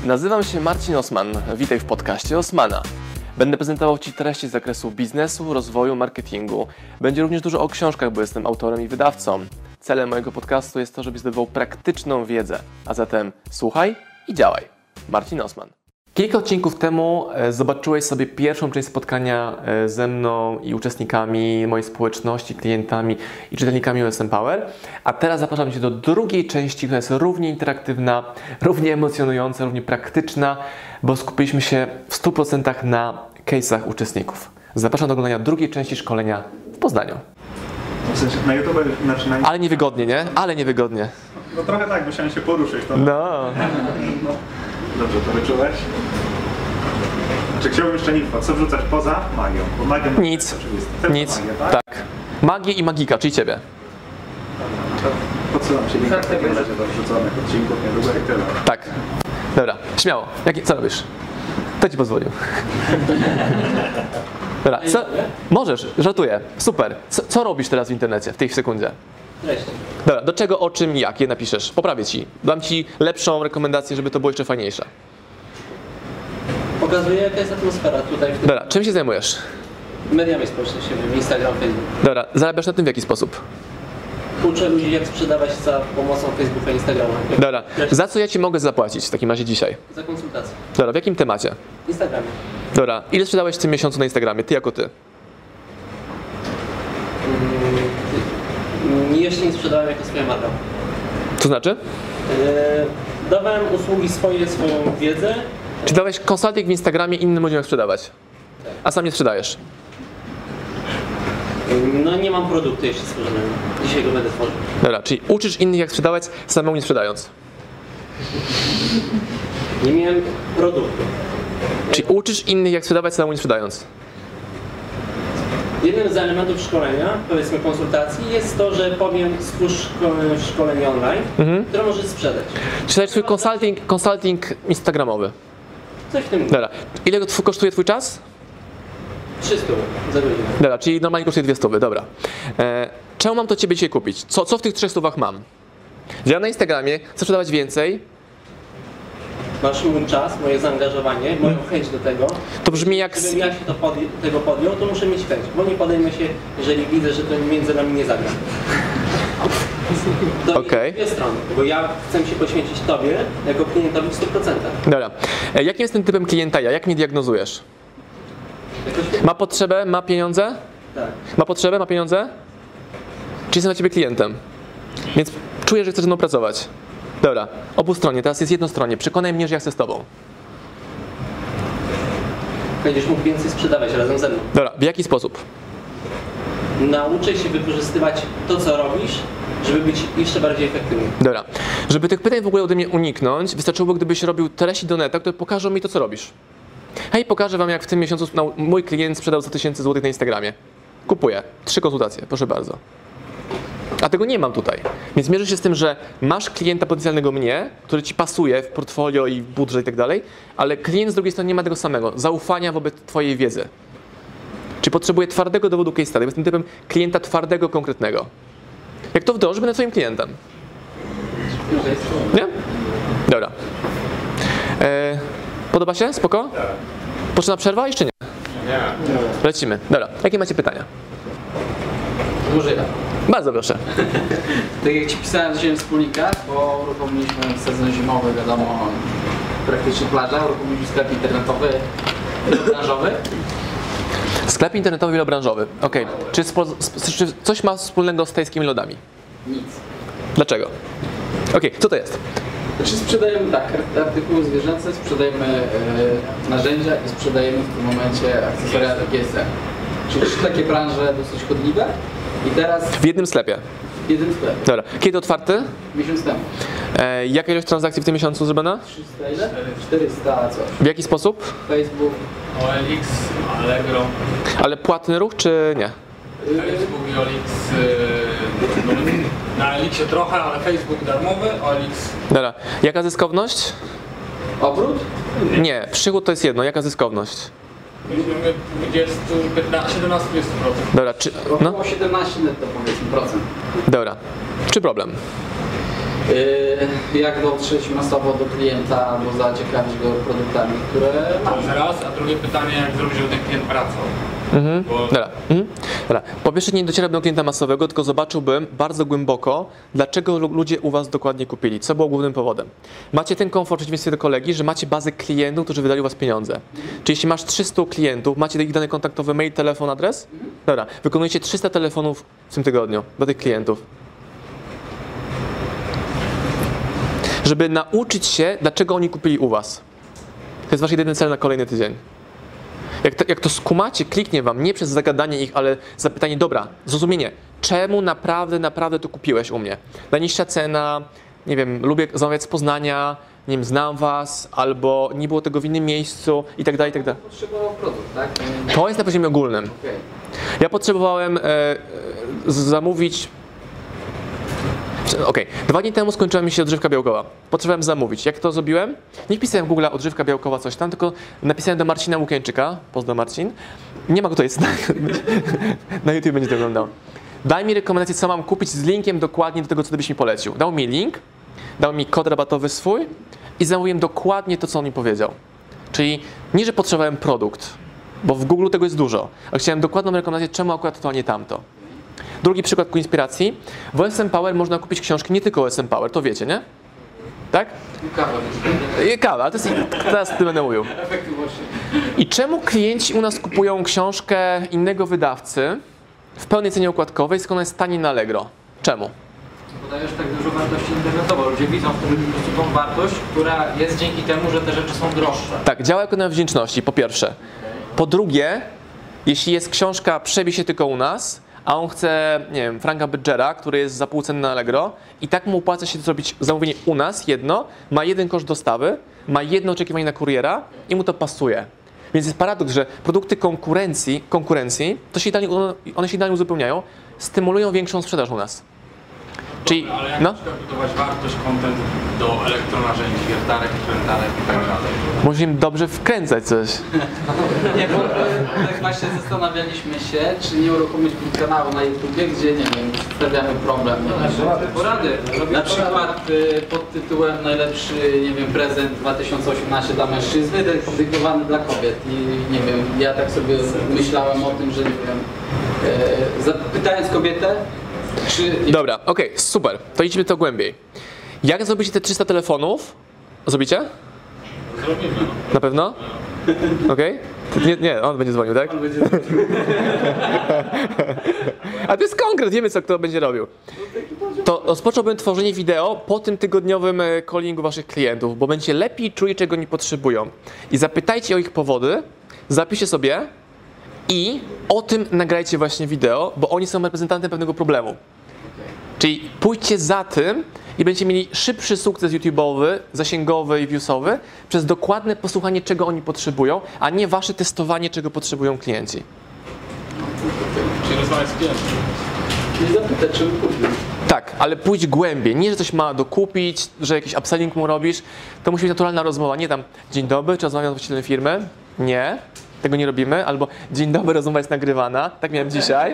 Nazywam się Marcin Osman. Witaj w podcaście Osmana. Będę prezentował Ci treści z zakresu biznesu, rozwoju, marketingu. Będzie również dużo o książkach, bo jestem autorem i wydawcą. Celem mojego podcastu jest to, żebyś zdobywał praktyczną wiedzę. A zatem słuchaj i działaj. Marcin Osman. Kilka odcinków temu zobaczyłeś sobie pierwszą część spotkania ze mną i uczestnikami mojej społeczności, klientami i czytelnikami OSM Power, a teraz zapraszam Cię do drugiej części, która jest równie interaktywna, równie emocjonująca, równie praktyczna, bo skupiliśmy się w 100% na case'ach uczestników. Zapraszam do oglądania drugiej części szkolenia w Poznaniu. W sensie na YouTube, znaczy na... Ale niewygodnie, nie? Ale niewygodnie. No trochę tak, musiałem się poruszyć. To... No. Dobrze, to wyczułeś? Czy chciałbym jeszcze info, co wrzucać poza magią? Bo magia Nic. jest oczywiste. Nic. Magia, tak? Tak. Magię i magika, czyli Ciebie. To podsyłam Ci linka w takim razie do wrzuconych odcinków niedługo i tyle. Tak. Dobra, śmiało. Co robisz? Kto Ci pozwolił? Dobra, co? Możesz, żartuję. Super. Co robisz teraz w internecie w tej sekundzie? Treść. Dobra, do czego, o czym, jak je napiszesz? Poprawię Ci. Dam Ci lepszą rekomendację, żeby to było jeszcze fajniejsze. Pokazuję, jaka jest atmosfera tutaj w tym. Dobra, czym się zajmujesz? Mediami społecznościowymi, Instagram, Facebook. Dobra, zarabiasz na tym w jaki sposób? Uczę ludzi, jak sprzedawać za pomocą Facebooka i Instagrama. Dobra, za co ja Ci mogę zapłacić w takim razie dzisiaj? Za konsultację. Dobra, w jakim temacie? W Instagramie. Dobra, ile sprzedałeś w tym miesiącu na Instagramie? Ty jako ty. Jeszcze nie sprzedałem jako swoja marka. To znaczy? Dawałem usługi swoją wiedzę. Czy dałeś konsulting w Instagramie innym ludziom jak sprzedawać? A sam nie sprzedajesz? No nie mam produktu jeszcze stworzonego. Dzisiaj go będę tworzył. Dobra, czyli uczysz innych jak sprzedawać, samemu nie sprzedając. Nie miałem produktu. Czyli uczysz innych jak sprzedawać, samemu nie sprzedając. Jednym z elementów szkolenia, powiedzmy konsultacji, jest to, że powiem stwórz szkolenie online, które możesz sprzedać. Czy dajesz swój consulting instagramowy? Coś w tym. Dobra, ile kosztuje Twój czas? 300 za godzinę. Dobra, czyli normalnie kosztuje 200, dobra. Czemu mam to Ciebie dzisiaj kupić? Co w tych 300 mam? Że ja na Instagramie chcę sprzedawać więcej. Masz mój czas, moje zaangażowanie, moją chęć do tego. To brzmi jak... Gdybym ja się tego podjął, to muszę mieć chęć, bo nie podejmę się, jeżeli widzę, że to między nami nie zagra. To Okej. dwie strony, bo ja chcę się poświęcić Tobie jako klientowi w 100%. Dobra. Jakim jestem typem klienta ja? Jak mnie diagnozujesz? Ma potrzebę, ma pieniądze? Tak. Ma potrzebę, ma pieniądze? Czy jestem dla Ciebie klientem? Więc czuję, że chcesz ze mną pracować. Dobra, obustronnie, teraz jest jednostronnie. Przekonaj mnie, że ja chcę z Tobą. Będziesz mógł więcej sprzedawać razem ze mną. Dobra, w jaki sposób? Nauczę się wykorzystywać to, co robisz, żeby być jeszcze bardziej efektywny. Dobra, żeby tych pytań w ogóle ode mnie uniknąć, wystarczyłoby, gdybyś robił treści do neta, które pokażą mi to, co robisz. Hej, pokażę Wam, jak w tym miesiącu mój klient sprzedał za 1000 zł na Instagramie. Kupuję. 3 konsultacje, proszę bardzo. A tego nie mam tutaj. Więc mierzę się z tym, że masz klienta potencjalnego mnie, który Ci pasuje w portfolio i w budżet i tak dalej, ale klient z drugiej strony nie ma tego samego. Zaufania wobec Twojej wiedzy. Czy potrzebuje twardego dowodu case study? Jestem typem klienta twardego, konkretnego. Jak to wdrożę, będę Twoim klientem. Nie? Dobra. Podoba się? Spoko? Tak. Potrzebna przerwa? Jeszcze nie? Nie. Lecimy. Dobra. Jakie macie pytania? Może ja. Bardzo proszę. Tak jak Ci pisałem dzisiaj w wspólnikach, bo uruchomiliśmy sezon zimowy, wiadomo, praktycznie plaża, uruchomiliśmy sklep internetowy, branżowy. Sklep internetowy wielobranżowy. Okej. Czy coś ma wspólnego z tajskimi lodami? Nic. Dlaczego? Okej, co to jest? Znaczy sprzedajemy tak, artykuły zwierzęce, sprzedajemy narzędzia i sprzedajemy w tym momencie akcesoria do GSM. Czyli trzy takie branże dosyć chodliwe i teraz W jednym sklepie. w jednym sklepie. Dobra. Kiedy otwarty? Miesiąc temu. Jaka ilość transakcji w tym miesiącu zrobiona? 300 ile? 400 coś. W jaki sposób? Facebook. OLX, Allegro, Ale płatny ruch, czy nie? Facebook i OLX, no, na Elixie trochę, ale Facebook darmowy, OLX Dobra. Jaka zyskowność? Obrót? Nie. Przychód to jest jedno. Jaka zyskowność? 17-20%. Dobra. Czy... No? Około 17 netto powiedzmy procent. Dobra. Czy problem? Jak dotrzeć masowo do klienta albo zaciekawić go produktami, które To mamy. jest raz, a drugie pytanie, jak zrobić, żeby ten klient wracał? Bo Dobra. Po pierwsze nie docierałbym do klienta masowego, tylko zobaczyłbym bardzo głęboko, dlaczego ludzie u Was dokładnie kupili, co było głównym powodem. Macie ten komfort w przeciwieństwie do kolegi, że macie bazę klientów, którzy wydali u Was pieniądze. Czyli jeśli masz 300 klientów, macie ich dane kontaktowe, mail, telefon, adres? Dobra, wykonujecie 300 telefonów w tym tygodniu do tych klientów. Żeby nauczyć się, dlaczego oni kupili u Was. To jest Wasz jedyny cel na kolejny tydzień. Jak to skumacie, kliknie Wam, nie przez zagadanie ich, ale zapytanie, dobra, zrozumienie, czemu naprawdę to kupiłeś u mnie? Najniższa cena, nie wiem, lubię zamawiać z Poznania, nie wiem, znam Was, albo nie było tego w innym miejscu i tak dalej, i tak dalej. Potrzebował produkt, tak? To jest na poziomie ogólnym. Okej. Ja potrzebowałem zamówić. Okej, 2 dni temu skończyła mi się odżywka białkowa. Potrzebowałem zamówić. Jak to zrobiłem? Nie wpisałem w Google odżywka białkowa coś tam, tylko napisałem do Marcina Łukienczyka. Pozdro Marcin. Nie ma go, to jest. Na YouTube będzie to oglądał. Daj mi rekomendację, co mam kupić z linkiem dokładnie do tego, co ty byś mi polecił. Dał mi link, dał mi kod rabatowy swój i zamówiłem dokładnie to, co on mi powiedział. Czyli nie, że potrzebowałem produkt, bo w Google tego jest dużo, a chciałem dokładną rekomendację, czemu akurat to, a nie tamto. Drugi przykład ku inspiracji. W OSM Power można kupić książki nie tylko OSM Power, to wiecie, nie? Tak? Kawa, ale to jest, teraz ty będę mówił. I czemu klienci u nas kupują książkę innego wydawcy w pełnej cenie układkowej, skoro ona jest taniej na Allegro? Czemu? Podajesz tak dużo wartości internetowo. Ludzie widzą w tym po prostu tą wartość, która jest dzięki temu, że te rzeczy są droższe. Tak, działa ekonomia wdzięczności, po pierwsze. Po drugie, jeśli jest książka, przebie się tylko u nas, a on chce, nie wiem, Franka Bydgera, który jest za pół ceny na Allegro i tak mu opłaca się zrobić zamówienie u nas jedno, ma jeden koszt dostawy, ma jedno oczekiwanie na kuriera i mu to pasuje. Więc jest paradoks, że produkty konkurencji to się one się idealnie uzupełniają, stymulują większą sprzedaż u nas. Czyli, ale jak no, na przykład budować wartość, content do elektronarzędzi, wiertarek, wkrętarek i tak dalej? musimy dobrze wkręcać coś. Nie, bo tak właśnie zastanawialiśmy się, czy nie uruchomić kanału na YouTubie, gdzie, nie wiem, przedstawiamy problem. Porady. Na przykład pod tytułem najlepszy, nie wiem, prezent 2018 dla mężczyzny, dedykowany dla kobiet. I nie wiem, ja tak sobie myślałem o tym, że nie wiem, zapytając kobietę, czy... Dobra, okej, super, to idźmy to głębiej. Jak zrobicie te 300 telefonów? Zrobicie? Zrobimy. Na pewno? Okej? Nie, on będzie dzwonił, tak? A to jest konkret, wiemy, co kto będzie robił. To rozpocząłbym tworzenie wideo po tym tygodniowym callingu waszych klientów, bo będziecie lepiej czuli, czego nie potrzebują. I zapytajcie o ich powody, zapiszcie sobie i o tym nagrajcie właśnie wideo, bo oni są reprezentantem pewnego problemu. Czyli pójdźcie za tym i będziecie mieli szybszy sukces YouTube'owy, zasięgowy i viewsowy przez dokładne posłuchanie, czego oni potrzebują, a nie wasze testowanie, czego potrzebują klienci. Czyli rozmawiać z klientem. Nie zapytać, czy kupił. Tak, ale pójdź głębiej. Nie, że coś ma dokupić, że jakiś upselling mu robisz. To musi być naturalna rozmowa. Nie tam, dzień dobry, czy rozmawiam z właścicielem firmy? Nie, tego nie robimy. Albo dzień dobry, rozmowa jest nagrywana. Tak miałem dzisiaj.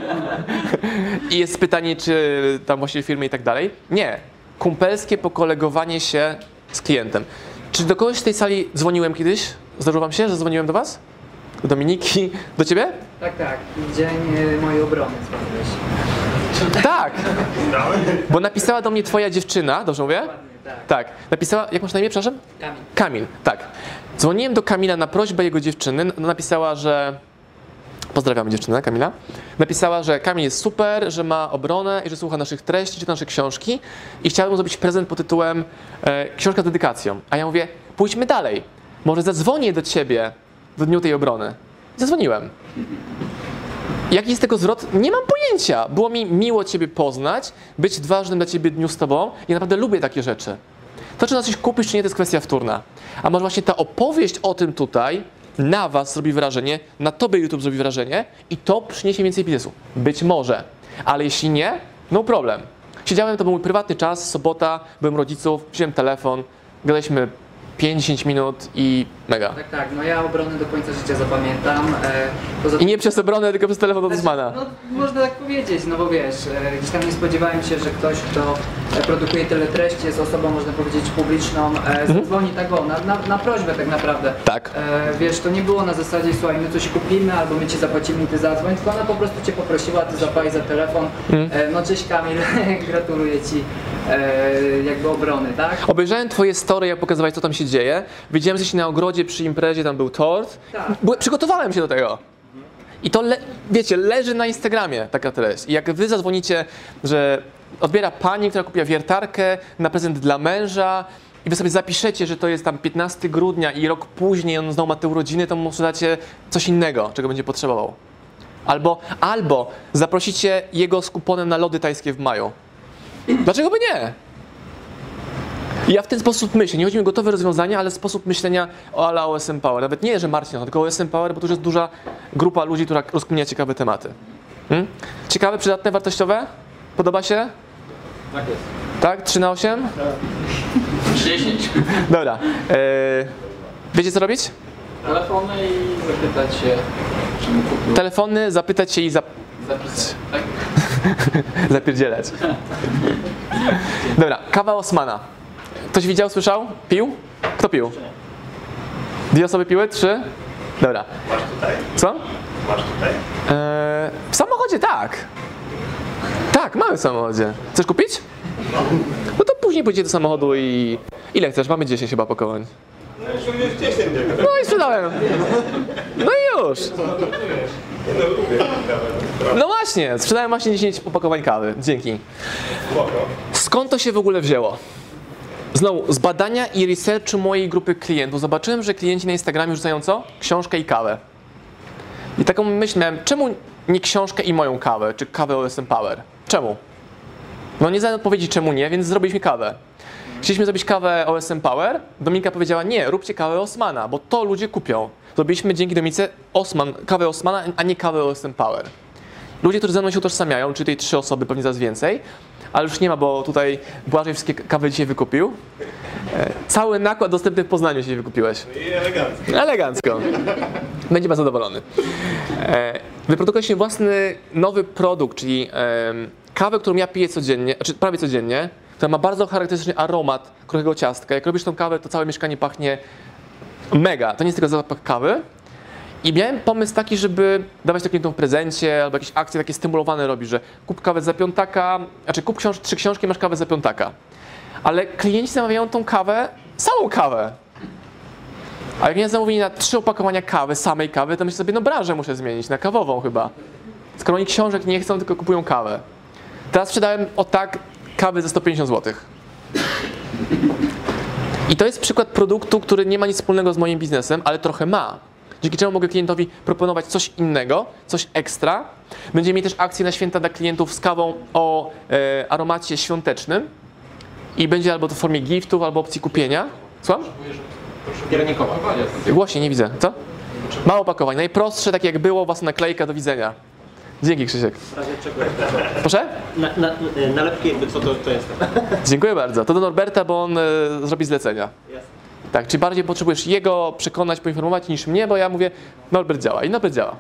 I jest pytanie, czy tam właściciel firmy i tak dalej. Nie. Kumpelskie pokolegowanie się z klientem. Czy do kogoś z tej sali dzwoniłem kiedyś? Zdarzyło wam się, że dzwoniłem do was? Do Dominiki? Do ciebie? Tak. Dzień mojej obrony dzwoniłeś. Tak. Bo napisała do mnie twoja dziewczyna, dobrze mówię? Tak. Napisała, jak masz na imię, przepraszam? Kamil. Kamil, tak. Dzwoniłem do Kamila na prośbę jego dziewczyny. Napisała, że... Pozdrawiamy dziewczynę, Kamila. Napisała, że Kamil jest super, że ma obronę i że słucha naszych treści, czyta nasze książki i chciałabym mu zrobić prezent pod tytułem książka z dedykacją. A ja mówię, pójdźmy dalej. Może zadzwonię do ciebie w dniu tej obrony. Zadzwoniłem. Jaki jest tego zwrot? Nie mam pojęcia. Było mi miło ciebie poznać, być w ważnym dla ciebie dniu z tobą. Ja naprawdę lubię takie rzeczy. To, czy na coś kupisz, czy nie, to jest kwestia wtórna. A może właśnie ta opowieść o tym tutaj na was zrobi wrażenie, na tobie YouTube zrobi wrażenie i to przyniesie więcej biznesu. Być może. Ale jeśli nie, no problem. Siedziałem, to był mój prywatny czas, sobota, byłem rodziców, wziąłem telefon, gadaliśmy 5-10 minut i mega. Tak, no ja obrony do końca życia zapamiętam. Poza I nie przez obronę, tylko przez telefon od Osmana. No, można tak powiedzieć, no bo wiesz, gdzieś tam nie spodziewałem się, że ktoś, kto produkuje tyle treści, jest osobą, można powiedzieć, publiczną, zadzwoni na prośbę tak naprawdę. Tak. Wiesz, to nie było na zasadzie, słuchaj, my coś kupimy, albo my ci zapłacimy i ty zadzwoń, tylko ona po prostu cię poprosiła, ty zapłać za telefon. No cześć Kamil, gratuluję ci jakby obrony, tak? Obejrzałem twoje story, jak pokazywałeś, co tam się dzieje. Widziałem, że się na ogrodzie przy imprezie, tam był tort. Tak. Przygotowałem się do tego. I to, wiecie, leży na Instagramie taka treść. I jak wy zadzwonicie, że odbiera pani, która kupiła wiertarkę na prezent dla męża i wy sobie zapiszecie, że to jest tam 15 grudnia i rok później on znowu ma te urodziny, to mu sprzedacie coś innego, czego będzie potrzebował. Albo zaprosicie jego z kuponem na lody tajskie w maju. Dlaczego by nie? I ja w ten sposób myślę. Nie chodzi mi o gotowe rozwiązania, ale sposób myślenia o ala OSM Power. Nawet nie, że Marcin, tylko OSM Power, bo to już jest duża grupa ludzi, która rozkminia ciekawe tematy. Ciekawe, przydatne, wartościowe? Podoba się? Tak jest. Tak? 3 na 8? 10. Dobra. Wiecie co robić? Telefony i zapytać się, czy mu kupił. Telefony, zapytać się i Zapisać, tak? zapierdzielać. Dobra, kawa Osmana. Ktoś widział, słyszał? Pił? Kto pił? 2 osoby piły? 3? Dobra. Masz tutaj? Co? Masz tutaj? W samochodzie tak. Tak, mamy w samochodzie. Chcesz kupić? No to później pójdzie do samochodu i... Ile chcesz? Mamy 10 chyba opakowań. No i sprzedałem. No i już. No właśnie, sprzedałem właśnie 10 opakowań kawy. Dzięki. Skąd to się w ogóle wzięło? Znowu, z badania i researchu mojej grupy klientów zobaczyłem, że klienci na Instagramie rzucają co? Książkę i kawę. I taką myśl miałem, czemu nie książkę i moją kawę, czy kawę OSM Power? Czemu? No nie znałem odpowiedzi czemu nie, więc zrobiliśmy kawę. Chcieliśmy zrobić kawę OSM Power, Dominika powiedziała nie, róbcie kawę Osmana, bo to ludzie kupią. Zrobiliśmy dzięki Dominice kawę Osmana, a nie kawę OSM Power. Ludzie, którzy ze mną się utożsamiają, czyli tej 3 osoby, pewnie zaraz więcej, ale już nie ma, bo tutaj Błażej wszystkie kawy dzisiaj wykupił. Cały nakład dostępny w Poznaniu się wykupiłeś. I elegancko. Elegancko. Będzie pan zadowolony. Wyprodukowaliśmy własny nowy produkt, czyli kawę, którą ja piję codziennie, znaczy prawie codziennie, która ma bardzo charakterystyczny aromat kruchego ciastka. Jak robisz tą kawę, to całe mieszkanie pachnie mega. To nie jest tylko zapach kawy. I miałem pomysł taki, żeby dawać to klientom w prezencie, albo jakieś akcje takie stymulowane robić, że kup kawę za piątaka, znaczy kup 3 książki, masz kawę za piątaka. Ale klienci zamawiają tą kawę, samą kawę. A jak mnie zamówili na 3 opakowania kawy, samej kawy, to myślę sobie, no branżę muszę zmienić na kawową chyba. Skoro oni książek nie chcą, tylko kupują kawę. Teraz sprzedałem kawy za 150 zł. I to jest przykład produktu, który nie ma nic wspólnego z moim biznesem, ale trochę ma. Dzięki czemu mogę klientowi proponować coś innego, coś ekstra. Będziemy mieli też akcję na święta dla klientów z kawą o aromacie świątecznym. I będzie albo to w formie giftów, albo opcji kupienia. Słucham? Piernikowa. Głośniej, nie widzę. Co? Mało opakowań. Najprostsze, tak jak było, własna naklejka, do widzenia. Dzięki, Krzysiek. W razie czego? Proszę? Nalepki jakby co to jest. Dziękuję bardzo. To do Norberta, bo on zrobi zlecenia. Tak, czyli bardziej potrzebujesz jego przekonać, poinformować niż mnie, bo ja mówię, Norbert działa i Norbert działa.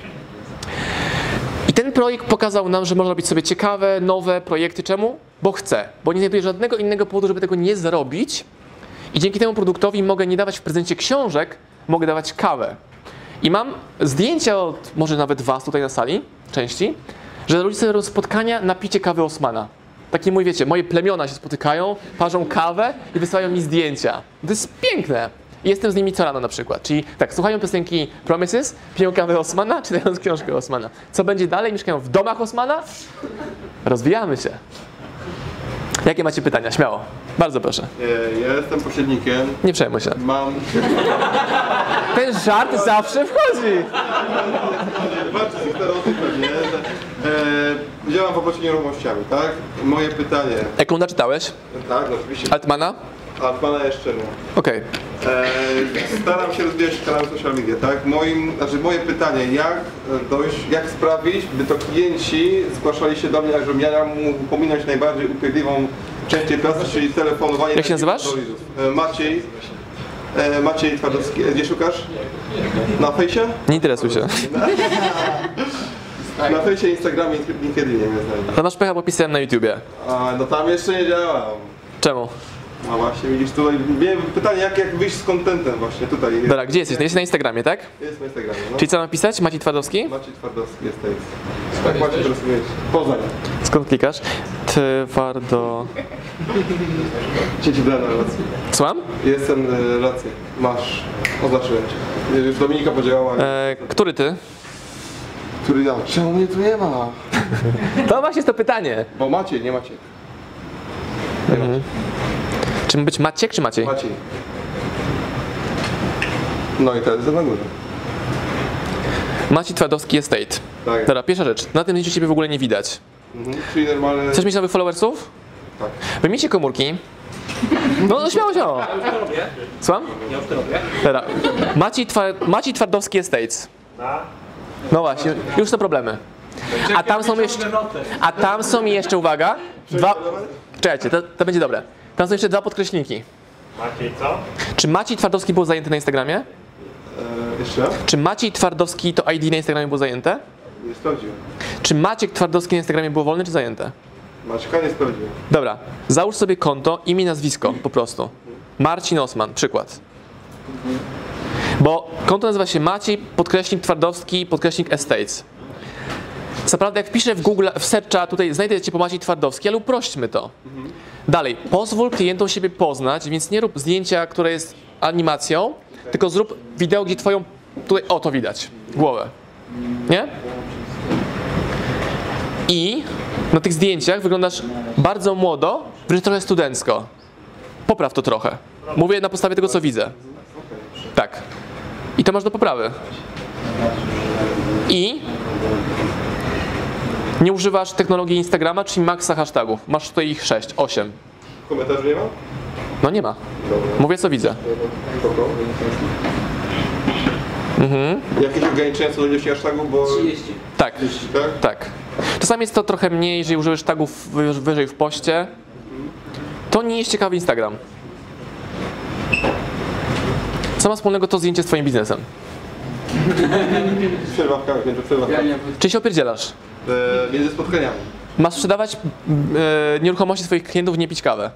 I ten projekt pokazał nam, że można robić sobie ciekawe, nowe projekty. Czemu? Bo chcę. Bo nie znajduję żadnego innego powodu, żeby tego nie zrobić. I dzięki temu produktowi mogę nie dawać w prezencie książek, mogę dawać kawę. I mam zdjęcia od może nawet was tutaj na sali, części, że ludzie sobie robią spotkania na picie kawy Osmana. Takie mój, wiecie, moje plemiona się spotykają, parzą kawę i wysyłają mi zdjęcia. To jest piękne. I jestem z nimi co rano na przykład. Czyli tak, słuchają piosenki Promises, piją kawę Osmana, czytają książkę Osmana. Co będzie dalej? Mieszkają w domach Osmana? Rozwijamy się. Jakie macie pytania? Śmiało. Bardzo proszę. Ja jestem pośrednikiem. Nie przejmuj się. Mam... Ten żart zawsze wchodzi. Walczy z stereotypem, nie? Działam w obrocie nieruchomościami, tak? Moje pytanie... Eklunda czytałeś? Tak, no oczywiście. Altmana? Altmana jeszcze nie. Okej. Staram się rozwijać kanały social media, tak? Moje pytanie, jak sprawić, by to klienci zgłaszali się do mnie, żebym ja mógł pominąć najbardziej upierdliwą część tej pracy, czyli telefonowanie... Jak się nazywasz? Maciej Twardowski. Gdzie szukasz? Na fejsie? Nie interesuj się. Tak. Na fejsie, Instagramie i LinkedInie mnie znajdzie. To masz pecha, bo pisałem na YouTubie. A, no tam jeszcze nie działam. Czemu? No właśnie, widzisz tutaj, miałem pytanie jak wyjść z contentem właśnie tutaj. Dobra, gdzie jesteś? No jesteś na Instagramie, tak? Jest na Instagramie, no. Czyli co mam pisać? Maciej Twardowski? Maciej Twardowski jest tutaj. Tak, Maciej teraz mieć. Poznań. Skąd klikasz? Twardo... Cię dałem na relację. Słucham? Jestem relację. Masz. Oznaczyłem cię. Już Dominika podziałała. Który ty? Który ja? Czemu mnie tu nie ma? To właśnie jest to pytanie. Bo Maciej, nie Maciek. Czy ma być Maciek czy Maciej? Maciej. No i teraz jestem na górze. Maciej Twardowski Estate. Tak. Dobra, pierwsza rzecz. Na tym zdjęciu ciebie w ogóle nie widać. Czyli normalny... Chcesz mieć nowych followersów? Tak. Wyjmijcie komórki. No śmiało, śmiało. Słucham? Ja już to robię. Dobra. Maciej Twardowski Estates. No właśnie, już są problemy. A tam są jeszcze, uwaga, dwa... Czekajcie, to będzie dobre. Tam są jeszcze dwa podkreślniki. Maciej co? Czy Maciej Twardowski był zajęty na Instagramie? Jeszcze raz? Czy Maciej Twardowski to ID na Instagramie było zajęte? Nie sprawdziłem. Czy Maciek Twardowski na Instagramie było wolne czy zajęte? Maćka nie sprawdziłem. Dobra, załóż sobie konto, imię, nazwisko, po prostu. Marcin Osman, przykład. Bo konto nazywa się Maciej, podkreśnik Twardowski, podkreśnik Estates. Co prawda, jak wpiszę w Google, w searcha, tutaj znajdę cię po Maciej Twardowski, ale uprośćmy to. Dalej, pozwól klientom siebie poznać, więc nie rób zdjęcia, które jest animacją, tylko zrób wideo, gdzie twoją, tutaj, o to widać, głowę. Nie? I na tych zdjęciach wyglądasz bardzo młodo, wręcz trochę studencko. Popraw to trochę. Mówię na podstawie tego, co widzę. Tak. I to masz do poprawy. I nie używasz technologii Instagrama, czyli maksa hashtagów. Masz tutaj ich 6, 8. Komentarzy nie ma? No nie ma. Dobra. Mówię, co widzę. Spoko. Jakieś ograniczenia co do ilości hashtagów, bo... 30. Tak, Tak? tak. Czasami jest to trochę mniej, jeżeli użyjesz tagów wyżej w poście. To nie jest ciekawy Instagram. Co ma wspólnego to zdjęcie z twoim biznesem? Przerwa w kawę, między przerwa w kawę. Czy się opierdzielasz? Między spotkaniami. Masz sprzedawać nieruchomości swoich klientów, nie pić kawę.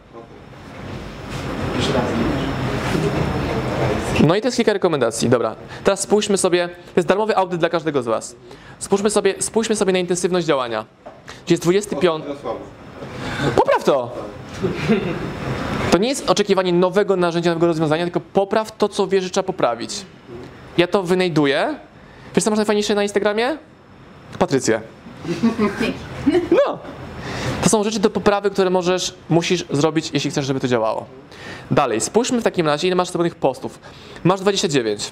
No i to jest kilka rekomendacji. Dobra, teraz spójrzmy sobie, to jest darmowy audyt dla każdego z was. Spójrzmy sobie na intensywność działania. Gdzie jest 25... Na słabo. Popraw to! To nie jest oczekiwanie nowego narzędzia, nowego rozwiązania, tylko popraw to, co wiesz, że trzeba poprawić. Ja to wynajduję. Wiesz, co masz najfajniejsze na Instagramie? Patrycję. No. To są rzeczy do poprawy, które musisz zrobić, jeśli chcesz, żeby to działało. Dalej, spójrzmy w takim razie, ile masz zrobionych postów. Masz 29.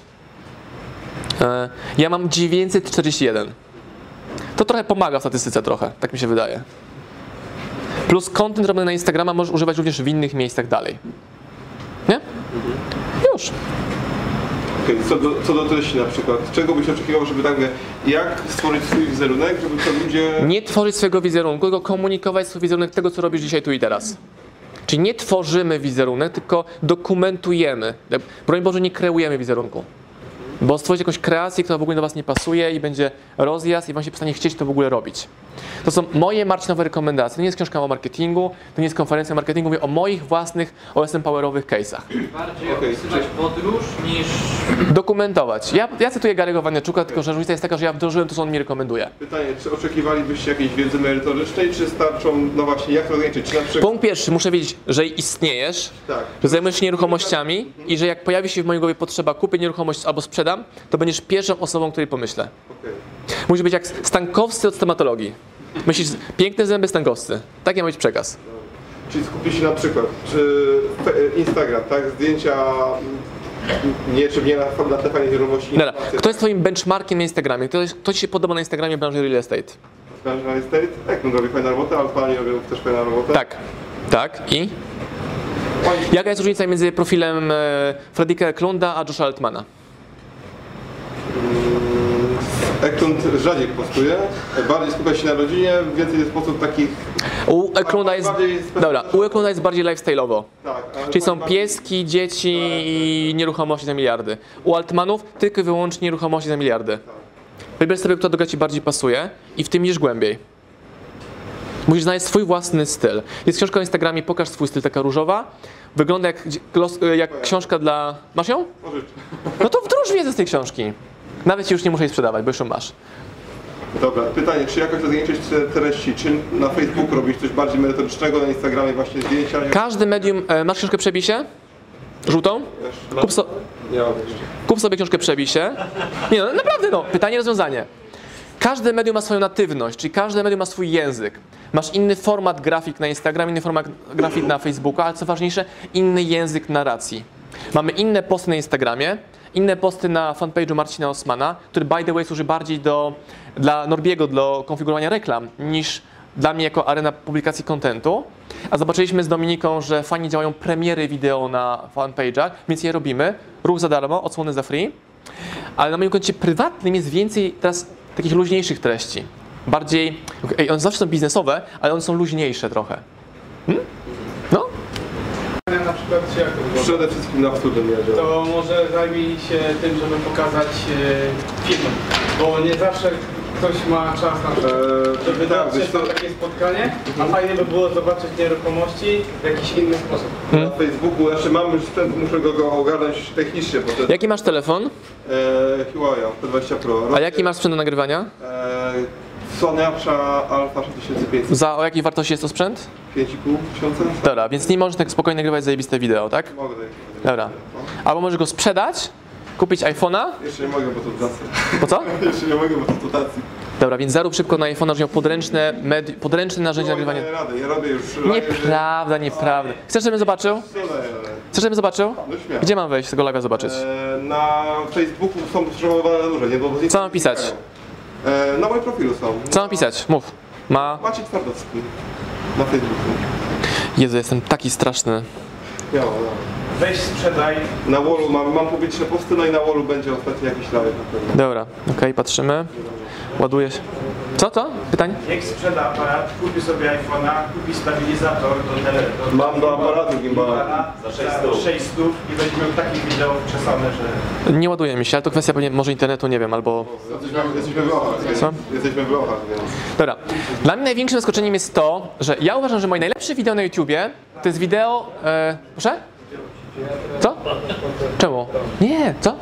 Ja mam 941. To trochę pomaga w statystyce trochę, tak mi się wydaje. Plus content robiony na Instagrama możesz używać również w innych miejscach dalej. Nie? Już. Okay. Co do treści na przykład, czego byś oczekiwał, żeby tak, jak stworzyć swój wizerunek, żeby to ludzie... Nie tworzyć swojego wizerunku, tylko komunikować swój wizerunek tego, co robisz dzisiaj, tu i teraz. Czyli nie tworzymy wizerunek, tylko dokumentujemy. Broń Boże, nie kreujemy wizerunku. Bo stworzyć jakąś kreację, która w ogóle do was nie pasuje i będzie rozjazd i wam się przestanie chcieć to w ogóle robić. To są moje marcinowe rekomendacje. To nie jest książka o marketingu, to nie jest konferencja o marketingu, mówię o moich własnych OSM powerowych case'ach. Bardziej opisywać podróż niż... Dokumentować. Ja cytuję Gary'ego Vaynerchuka, tylko że różnica jest taka, że ja wdrożyłem to, co on mi rekomenduje. Pytanie, czy oczekiwalibyście jakiejś wiedzy merytorycznej, czy starczą, no właśnie, jak to ograniczyć? Czy na przykład... Punkt pierwszy, muszę wiedzieć, że istniejesz, Tak. że zajmujesz się nieruchomościami i że jak pojawi się w mojej głowie potrzeba kupię nieruchomość albo sprzedam, to będziesz pierwszą osobą, której pomyślę. Okay. Musi być jak Stankowscy od stomatologii. Myślisz, piękne zęby Stankowscy. Taki ma być przekaz. Czyli skupi się na przykład, czy Instagram, tak? Zdjęcia, czy nie na te fajne nieruchomości. Dobra. Kto jest twoim benchmarkiem na Instagramie? Kto ci się podoba na Instagramie w branży real estate? Real estate? Tak, no robi fajną robotę, ale pani robią też fajną robotę. Tak. Tak. I? Jaka jest różnica między profilem Fredrika Eklunda a Josha Altmana? Eklund rzadziej postuje, bardziej skupia się na rodzinie, więcej jest sposób takich... U Eklunda jest, dobra, u Eklunda jest bardziej lifestyle'owo. Tak, Czyli są pieski, dzieci i nieruchomości za miliardy. U Altmanów tylko i wyłącznie nieruchomości za miliardy. wybierz sobie, która droga ci bardziej pasuje i w tym idziesz głębiej. Musisz znaleźć swój własny styl. Jest książka na Instagramie, pokaż swój styl, taka różowa. Wygląda jak książka dla... Masz ją? No to wdróż wiedzę z tej książki. Nawet ci już nie muszę jej sprzedawać, bo już ją masz. Dobra, pytanie, czy jakoś rozgraniczyć te treści, czy na Facebooku robić coś bardziej merytorycznego, na Instagramie właśnie zdjęcia? Każdy medium... Masz książkę Przebij się? Żółtą? Kup sobie książkę Przebij się. Nie no, naprawdę no, pytanie, rozwiązanie. Każde medium ma swoją natywność, czyli każde medium ma swój język. Masz inny format grafik na Instagram, inny format grafik na Facebooku, ale co ważniejsze, inny język narracji. Mamy inne posty na Instagramie, inne posty na fanpage'u Marcina Osmana, który by the way służy bardziej dla Norbiego, do konfigurowania reklam, niż dla mnie jako arena publikacji kontentu. A zobaczyliśmy z Dominiką, że fajnie działają premiery wideo na fanpage'ach, więc je robimy. Ruch za darmo, odsłony za free. Ale na moim koncie prywatnym jest więcej teraz takich luźniejszych treści. Bardziej, one zawsze są biznesowe, ale one są luźniejsze trochę. No? Na przykład jak to Przede wszystkim na studniu nie działa. to może zajmij się tym, żeby pokazać firmę, bo nie zawsze ktoś ma czas na przykład, żeby dać się na takie spotkanie, a fajnie by było zobaczyć nieruchomości w jakiś inny sposób. Na Facebooku, jeszcze mam już sprzęt, muszę go ogarnąć technicznie. Bo to Jaki masz telefon? Huawei P20 Pro. A jaki masz sprzęt do nagrywania? Sony Alpha 6500. O jakiej wartości jest to sprzęt? 5500? Dobra, więc nie możesz tak spokojnie nagrywać zajebiste wideo, tak? Mogę. Dobra. Albo możesz go sprzedać, kupić iPhone'a. Jeszcze nie mogę, bo to dotacji. Po co? Jeszcze nie mogę, bo to dotacji. Dobra, więc zarób szybko na iPhone'a, żebyś miał podręczne narzędzie nagrywania. Ja robię już. Nieprawda, nieprawda. Chcesz, żebym zobaczył? Chcesz, żebym zobaczył? No śmiało. Gdzie mam wejść, tego live'a zobaczyć? Na Facebooku są spromowane duże, nie? Bo Co mam pisać? Na moim profilu są. Co mam pisać? Mów. Maciej Twardowski. Na Facebooku. Jezu, jestem taki straszny. Ja. Weź sprzedaj. Na wallu mam publiczne posty, no i na wallu będzie ostatni jakiś live na pewno. Dobra, okej, patrzymy. Ładuje się. Co? Pytanie? Jak sprzeda aparat, kupi sobie iPhone'a, kupi stabilizator do Mam do aparatu gimbala. za 600 i będzie miał takich wideo wczesane, że... Nie ładuje mi się, ale to kwestia pewnie może internetu, nie wiem, albo... Jesteśmy w lochach, więc... Co? Jesteśmy w lochach, więc... Dobra. Dla mnie największym zaskoczeniem jest to, że ja uważam, że moje najlepsze wideo na YouTubie to jest wideo... Proszę? Co? Czemu? Nie, co?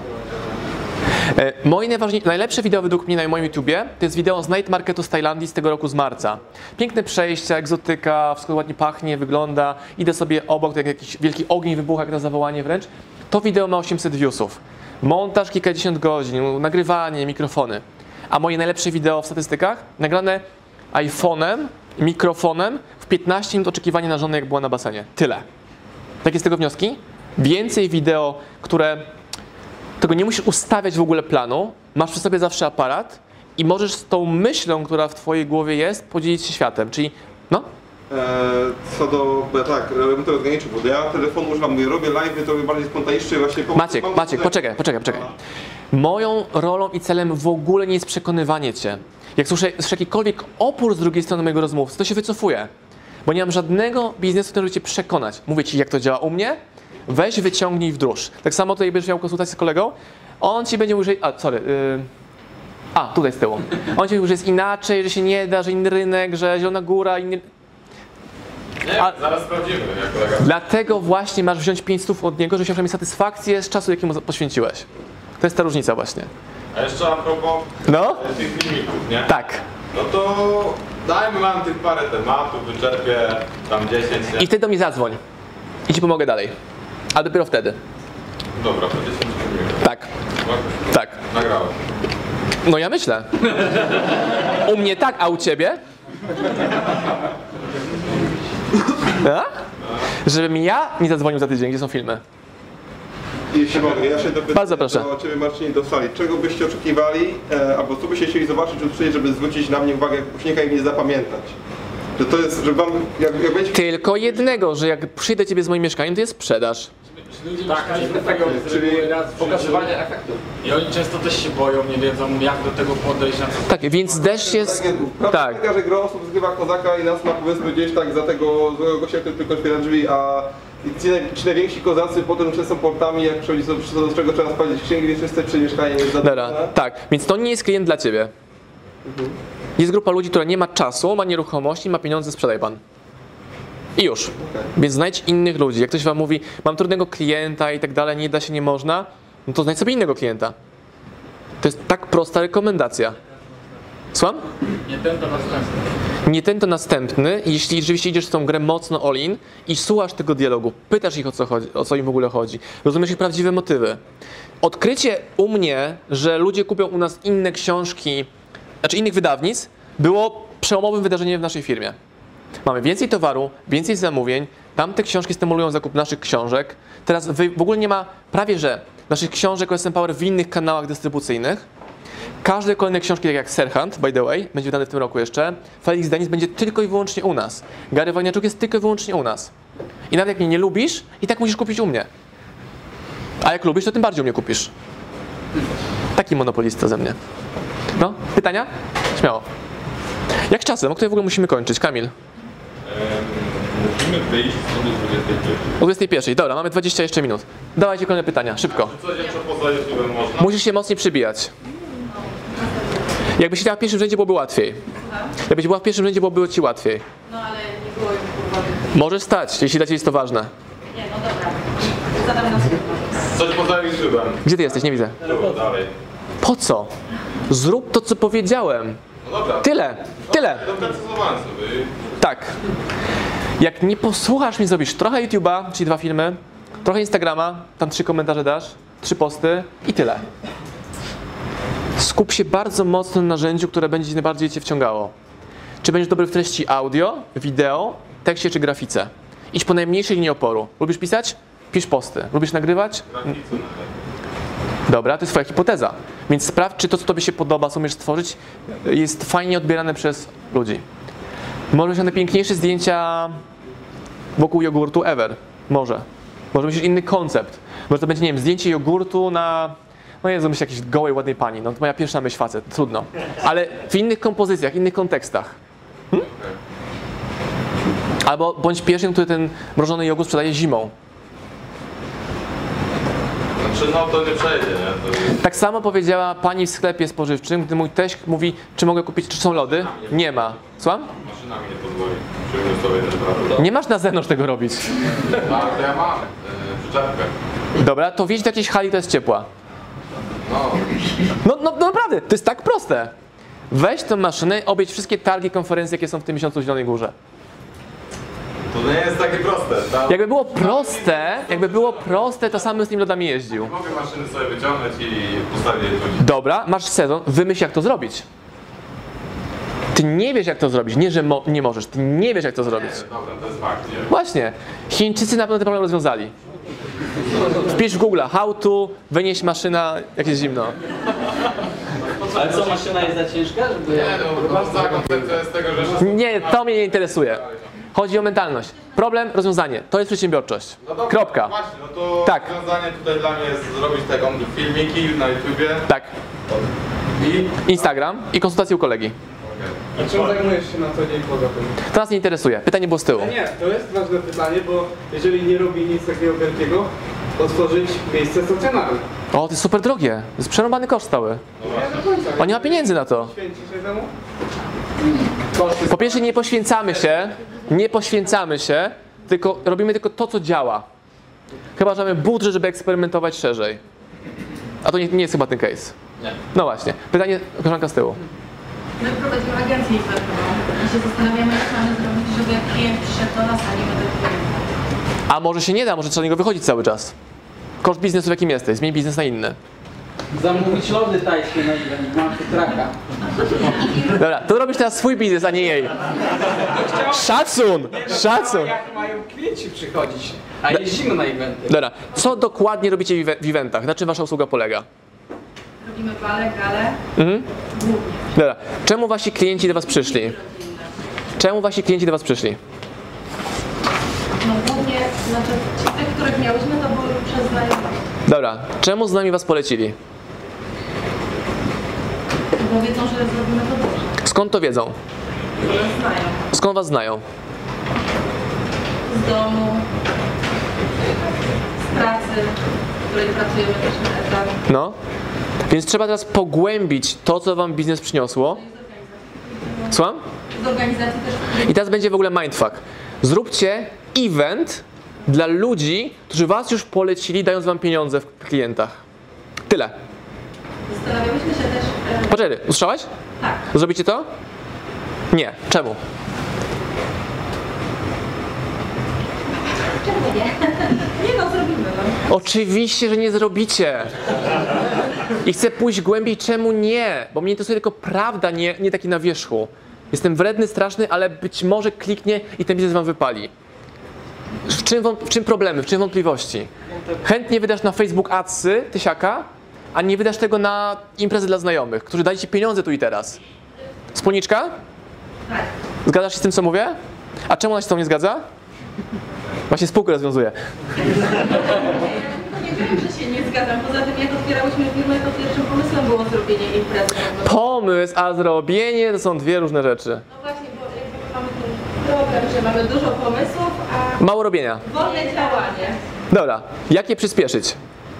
Moje najlepsze wideo według mnie na moim YouTubie to jest wideo z Night Marketu z Tajlandii z tego roku z marca. Piękne przejścia, egzotyka, wszystko ładnie pachnie, wygląda. Idę sobie obok, tak jakiś wielki ogień wybucha, jak na zawołanie wręcz. To wideo ma 800 viewsów. Montaż kilkadziesiąt godzin, nagrywanie, mikrofony. A moje najlepsze wideo w statystykach nagrane iPhone'em, mikrofonem w 15 minut oczekiwania na żonę, jak była na basenie. Tyle. Jakie z tego wnioski? Więcej wideo, które... Tego nie musisz ustawiać w ogóle planu, masz przy sobie zawsze aparat i możesz z tą myślą, która w twojej głowie jest, podzielić się światem, czyli no? Co do... Bo ja tak, bym to rozgraniczył, bo ja telefonu używam, robię live, to robię bardziej spontanicznie właśnie... Maciek, poczekaj. Moją rolą i celem w ogóle nie jest przekonywanie cię. Jak słyszę jakikolwiek opór z drugiej strony mojego rozmówcy, to się wycofuję. Bo nie mam żadnego biznesu, który cię przekonać. Mówię ci, jak to działa u mnie, weź, wyciągnij, wdróż. Tak samo tutaj będziesz miał konsultację z kolegą, on ci będzie mówił, że... tutaj z tyłu. On ci mówił, że jest inaczej, że się nie da, że inny rynek, że Zielona Góra, inny... Zaraz sprawdzimy, jak kolega. Dlatego właśnie masz wziąć 500 od niego, żebyś miał satysfakcję z czasu, jaki mu poświęciłeś. To jest ta różnica właśnie. A jeszcze a propos tych filmików, nie? Tak. No to mam tych parę tematów, wyczerpię tam 10, nie? I wtedy do mnie zadzwoń. I ci pomogę dalej. A dopiero wtedy. Dobra, to 10 filmików. Tak. Tak. Nagrałem. No ja myślę. U mnie tak, a u ciebie? A? Żebym ja nie zadzwonił za tydzień, gdzie są filmy. Jeśli mogę, ja się dopytam Bardzo proszę. do Ciebie, Marcinie, do sali. Czego byście oczekiwali, albo co byście chcieli zobaczyć, usłyszeć, żeby zwrócić na mnie uwagę jako uczestnika i mnie zapamiętać? Że to jest, że wam, jak będzie... Tylko jednego, że jak przyjdę do ciebie z moim mieszkaniem, to jest sprzedaż. Tak, czyli pokazywanie efektu. I oni często też się boją, nie wiedzą jak do tego podejść. Tak, więc też jest... Prawda taka, że gro osób zgrywa kozaka i nas ma powiedzmy gdzieś tak za tego złego gościa, który tylko otwiera drzwi, a I ci najwięksi kozacy potem często portami, jak przychodzi co do czego trzeba sprawdzić księgi wieczystej, czy mieszkanie jest Dobra, tak, więc to nie jest klient dla ciebie. Jest grupa ludzi, która nie ma czasu, ma nieruchomości, ma pieniądze, sprzedaj pan. I już. Więc znajdź innych ludzi. Jak ktoś wam mówi, mam trudnego klienta i tak dalej, nie da się, nie można, no to znajdź sobie innego klienta. To jest tak prosta rekomendacja. Słucham? Nie ten to następny. Nie ten to następny. Jeśli rzeczywiście idziesz w tą grę mocno all-in i słuchasz tego dialogu, pytasz ich o co im w ogóle chodzi, rozumiesz ich prawdziwe motywy. Odkrycie u mnie, że ludzie kupią u nas inne książki, znaczy innych wydawnictw, było przełomowym wydarzeniem w naszej firmie. Mamy więcej towaru, więcej zamówień, tamte książki stymulują zakup naszych książek. Teraz w ogóle nie ma prawie że naszych książek OSM Power w innych kanałach dystrybucyjnych. Każde kolejne książki, tak jak Serhant, by the way, będzie wydane w tym roku jeszcze. Felix Denis będzie tylko i wyłącznie u nas. Gary Wojniaczuk jest tylko i wyłącznie u nas. I nawet jak mnie nie lubisz, i tak musisz kupić u mnie. A jak lubisz, to tym bardziej u mnie kupisz. Taki monopolista ze mnie. No, pytania? Śmiało. Jak z czasem? O której w ogóle musimy kończyć? Kamil? Musimy wyjść o 21. O 21. Dobra, mamy 20 jeszcze minut. Dawajcie kolejne pytania, szybko. Czy coś jeszcze poza YouTube'em można? Musisz się mocniej przybijać. Jakbyś siedziała w pierwszym rzędzie, byłoby łatwiej. Jakbyś była w pierwszym rzędzie, byłoby ci łatwiej. No ale nie było już kurwa. Możesz stać, jeśli dla ciebie jest to ważne. Nie, no dobra. Zadam następną. Coś poza YouTube'em. Gdzie ty jesteś? Nie widzę. Dalej. Po co? Zrób to, co powiedziałem. No dobra. Tyle. Tyle. Doprecyzowałem sobie. Tak. Jak nie posłuchasz mnie, zrobisz trochę YouTube'a, czyli 2 filmy, trochę Instagrama, tam 3 komentarze dasz, 3 posty i tyle. Skup się bardzo mocno na narzędziu, które będzie najbardziej cię wciągało. Czy będziesz dobry w treści audio, wideo, tekście czy grafice. Idź po najmniejszej linii oporu. Lubisz pisać? Pisz posty. Lubisz nagrywać? Dobra, to jest twoja hipoteza. Więc sprawdź, czy to, co tobie się podoba, co umiesz stworzyć, jest fajnie odbierane przez ludzi. Może mieć najpiękniejsze zdjęcia wokół jogurtu ever. Może. Może mieć inny koncept. Może to będzie, nie wiem, zdjęcie jogurtu na... No Jezu, myślę jakiejś gołej, ładnej pani. No to moja pierwsza myśl, facet. Trudno. Ale w innych kompozycjach, innych kontekstach. Albo bądź pierwszym, który ten mrożony jogurt sprzedaje zimą. Znaczy no to nie przejdzie, nie? To jest... Tak samo powiedziała pani w sklepie spożywczym, gdy mój teść mówi, czy mogę kupić, czy są lody. Nie ma. Słucham? Maszyna mi nie pozwoli. Przyjmę sobie ten prawo. Nie masz na zewnątrz tego robić. A, to ja mam przyczepkę. Dobra, to wjedź do jakiejś hali, to jest ciepła. No naprawdę, to jest tak proste. Weź tę maszynę, objedź wszystkie targi, konferencje, jakie są w tym miesiącu w Zielonej Górze. To nie jest takie proste. Jakby było proste, to sam bym z tymi lodami jeździł. Mogę maszyny sobie wyciągnąć i postawić je tu. Dobra, masz sezon, wymyśl jak to zrobić. Ty nie wiesz jak to zrobić, nie że nie możesz, ty nie wiesz jak to zrobić. Dobra, to jest fakt, nie? Właśnie, Chińczycy na pewno ten problem rozwiązali. Wpisz w Google, how to wynieść maszyna, jak jest zimno. Ale co, maszyna jest za ciężka? Żeby... Nie, no cała koncepcja jest tego, że... Nie, to mnie nie interesuje. Chodzi o mentalność. Problem, rozwiązanie. To jest przedsiębiorczość. No dobra, Kropka. Właśnie, no to Tak. rozwiązanie tutaj dla mnie jest zrobić taką filmiki na YouTubie. Tak. I... Instagram i konsultacje u kolegi. A czym zajmujesz się na co dzień poza tym? To nas nie interesuje. Pytanie było z tyłu. Nie, to jest ważne pytanie, bo jeżeli nie robi nic takiego wielkiego, otworzyć miejsce stacjonarne. O, to jest super drogie. To jest przerąbany koszt stały. Nie do końca. On nie ma pieniędzy na to. Święci się temu? Po pierwsze nie poświęcamy się, tylko robimy tylko to, co działa. Chyba, że mamy budżet, żeby eksperymentować szerzej. A to nie jest chyba ten case. Nie. No właśnie. Pytanie, koleżanka z tyłu. My prowadzimy agencję internetową i się zastanawiamy, jak mamy zrobić, żeby klient przyszedł do nas, a nie my do klienta. A może się nie da, może trzeba do niego wychodzić cały czas. Koszt biznesu, w jakim jesteś, zmień biznes na inny. Zamówić lody tajskie na event, mam tu traka. Dobra, to robisz teraz swój biznes, a nie jej. Szacun! Szacun! Jak mają klienci przychodzić, a jeździmy na eventy. Dobra, co dokładnie robicie w eventach? Na czym wasza usługa polega? Robimy bale, gale, Mhm. głównie. Dobra, czemu wasi klienci do was przyszli? Czemu wasi klienci do was przyszli? No głównie, znaczy ci tych, których miałyśmy, to były przez znajomych. Dobra, czemu z nami was polecili? Bo wiedzą, że zrobimy to dobrze. Skąd to wiedzą? Że znają. Skąd was znają? Z domu, w której pracujemy też na etat. No. Więc trzeba teraz pogłębić to, co wam biznes przyniosło. Słucham? Z organizacji też. I teraz będzie w ogóle mindfuck. Zróbcie event dla ludzi, którzy was już polecili, dając wam pieniądze w klientach. Tyle. Zastanawiałyśmy się też... Poczekaj, usłyszałaś? Tak. Zrobicie to? Nie. Czemu? Czemu nie? Nie no, zrobimy no. Oczywiście, że nie zrobicie. I chcę pójść głębiej, czemu nie? Bo mnie interesuje tylko prawda, nie taki na wierzchu. Jestem wredny, straszny, ale być może kliknie i ten biznes wam wypali. W czym problemy, w czym wątpliwości? Chętnie wydasz na Facebook Adsy, tysiaka, a nie wydasz tego na imprezy dla znajomych, którzy dali ci pieniądze tu i teraz. Wspólniczka? Tak. Zgadzasz się z tym, co mówię? A czemu ona się z tą nie zgadza? Właśnie spółkę rozwiązuje. Nie wiem, że się nie zgadzam. Poza tym, jak otwierałyśmy firmę, to pierwszym pomysłem było zrobienie imprezy. Pomysł, a zrobienie to są dwie różne rzeczy. No właśnie, bo jakby mamy ten problem, że mamy dużo pomysłów, a Mało robienia. wolne działanie. Dobra, jak je przyspieszyć?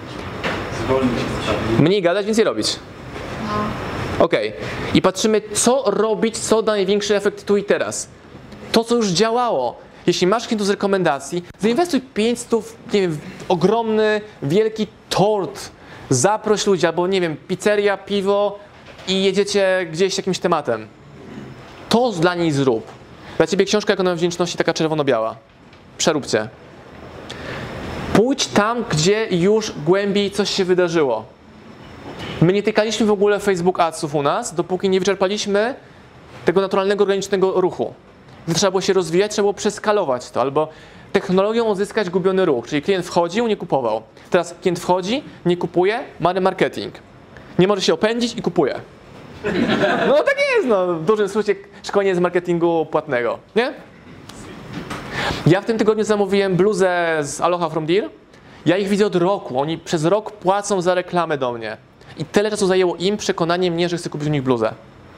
Mniej gadać, więcej robić. Okej. I patrzymy, co robić, co da największy efekt tu i teraz. To, co już działało. Jeśli masz klientów z rekomendacji, zainwestuj 500, nie wiem, w ogromny, wielki tort. Zaproś ludzi, albo nie wiem, pizzeria, piwo i jedziecie gdzieś jakimś tematem. To dla niej zrób. Dla ciebie książka Ekonomia Wdzięczności taka czerwono-biała. Przeróbcie. Pójdź tam, gdzie już głębiej coś się wydarzyło. My nie tykaliśmy w ogóle Facebook Adsów u nas, dopóki nie wyczerpaliśmy tego naturalnego, organicznego ruchu. Gdy trzeba było się rozwijać, trzeba było przeskalować to, albo technologią uzyskać gubiony ruch, czyli klient wchodził, nie kupował. Teraz klient wchodzi, nie kupuje, ma remarketing. Nie może się opędzić i kupuje. No tak jest, no, w dużym skrócie szkolenie z marketingu płatnego, nie? Ja w tym tygodniu zamówiłem bluzę z Aloha from Deer. Ja ich widzę od roku, oni przez rok płacą za reklamę do mnie. I tyle czasu zajęło im przekonanie mnie, że chcę kupić u nich bluzę.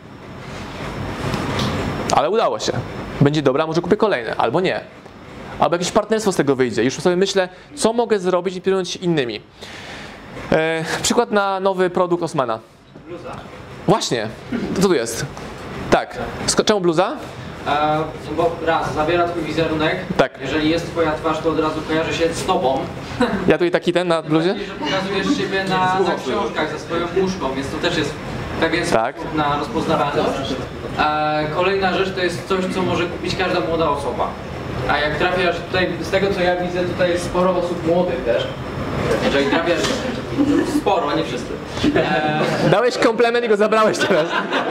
Ale udało się. Będzie dobra, może kupię kolejne, albo nie. Albo jakieś partnerstwo z tego wyjdzie. Już sobie myślę, co mogę zrobić i pieniądz się innymi. Przykład na nowy produkt Osmana. Bluza. Właśnie. To co tu jest? Tak. Czemu bluza? Bo raz, zabiera twój wizerunek. Tak. Jeżeli jest twoja twarz, to od razu kojarzy się z tobą. Ja tutaj taki ten na bluzie? Że pokazujesz siebie na książkach ze swoją puszką, więc to też jest pewien sposób na rozpoznawalność. Kolejna rzecz to jest coś, co może kupić każda młoda osoba. A jak trafiasz tutaj, z tego co ja widzę, tutaj jest sporo osób młodych też. Jeżeli trafiasz sporo, a nie wszyscy. Dałeś komplement i go zabrałeś teraz.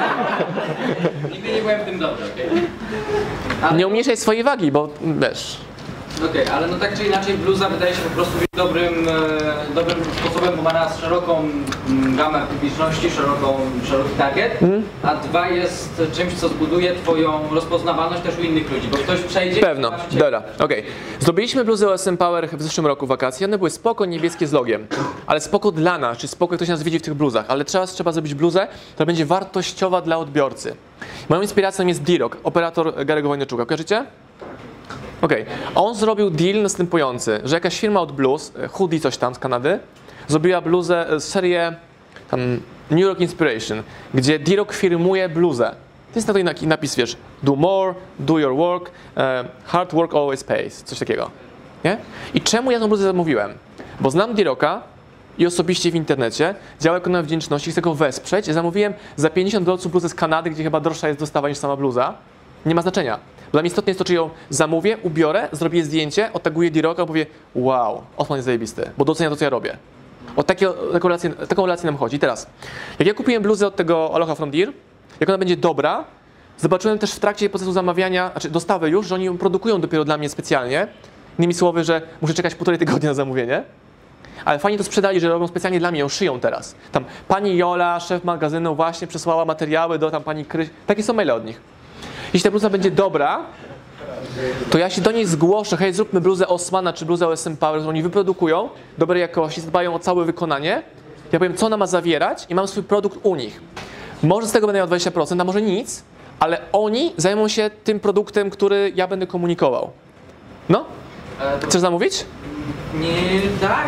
Nigdy nie byłem w tym dobry, okej? Nie umniejszaj swojej wagi, bo wiesz. Okej, ale no tak czy inaczej bluza wydaje się po prostu być dobrym sposobem, bo ma raz szeroką gamę publiczności, szeroki target, a dwa jest czymś, co zbuduje twoją rozpoznawalność też u innych ludzi, bo ktoś przejdzie... Pewno, dobra, okej. Zrobiliśmy bluzę OSM Power w zeszłym roku wakacje, one były spoko, niebieskie z logiem, ale spoko dla nas, czy spoko ktoś nas widzi w tych bluzach, ale trzeba zrobić bluzę, która będzie wartościowa dla odbiorcy. Moją inspiracją jest D-Rock, operator Gary'ego Wojnaczuka, kojarzycie? Okej. On zrobił deal następujący, że jakaś firma od bluz, Hoodie coś tam z Kanady, zrobiła bluzę, serię tam New York Inspiration, gdzie D-Rock firmuje bluzę. To jest na to taki napis, wiesz, do more, do your work, hard work always pays, coś takiego. Nie? I czemu ja tą bluzę zamówiłem? Bo znam D-Rocka i osobiście w internecie, działa Ekonomia Wdzięczności, chcę go wesprzeć. Zamówiłem za $50 bluzę z Kanady, gdzie chyba droższa jest dostawa niż sama bluza. Nie ma znaczenia. Dla mnie istotne jest to, czy ją zamówię, ubiorę, zrobię zdjęcie, otaguję D-Rocka i mówię, wow, Osman jest zajebisty, bo docenia to, co ja robię. O taką relację nam chodzi. I teraz, jak ja kupiłem bluzę od tego Aloha from Deer, jak ona będzie dobra, zobaczyłem też w trakcie procesu zamawiania, znaczy dostawy już, że oni ją produkują dopiero dla mnie specjalnie. Innymi słowy, że muszę czekać 1,5 tygodnia na zamówienie. Ale fajnie to sprzedali, że robią specjalnie dla mnie, ją szyją teraz. Tam pani Jola, szef magazynu właśnie przesłała materiały do tam pani Kryś. Takie są maile od nich. Jeśli ta bluza będzie dobra, to ja się do niej zgłoszę, hej, zróbmy bluzę Osmana czy bluzę OSM Power, którą oni wyprodukują, dobrej jakości, zadbają o całe wykonanie. Ja powiem, co ona ma zawierać i mam swój produkt u nich. Może z tego będę miał 20%, a może nic, ale oni zajmą się tym produktem, który ja będę komunikował. No? Chcesz zamówić? Nie, tak.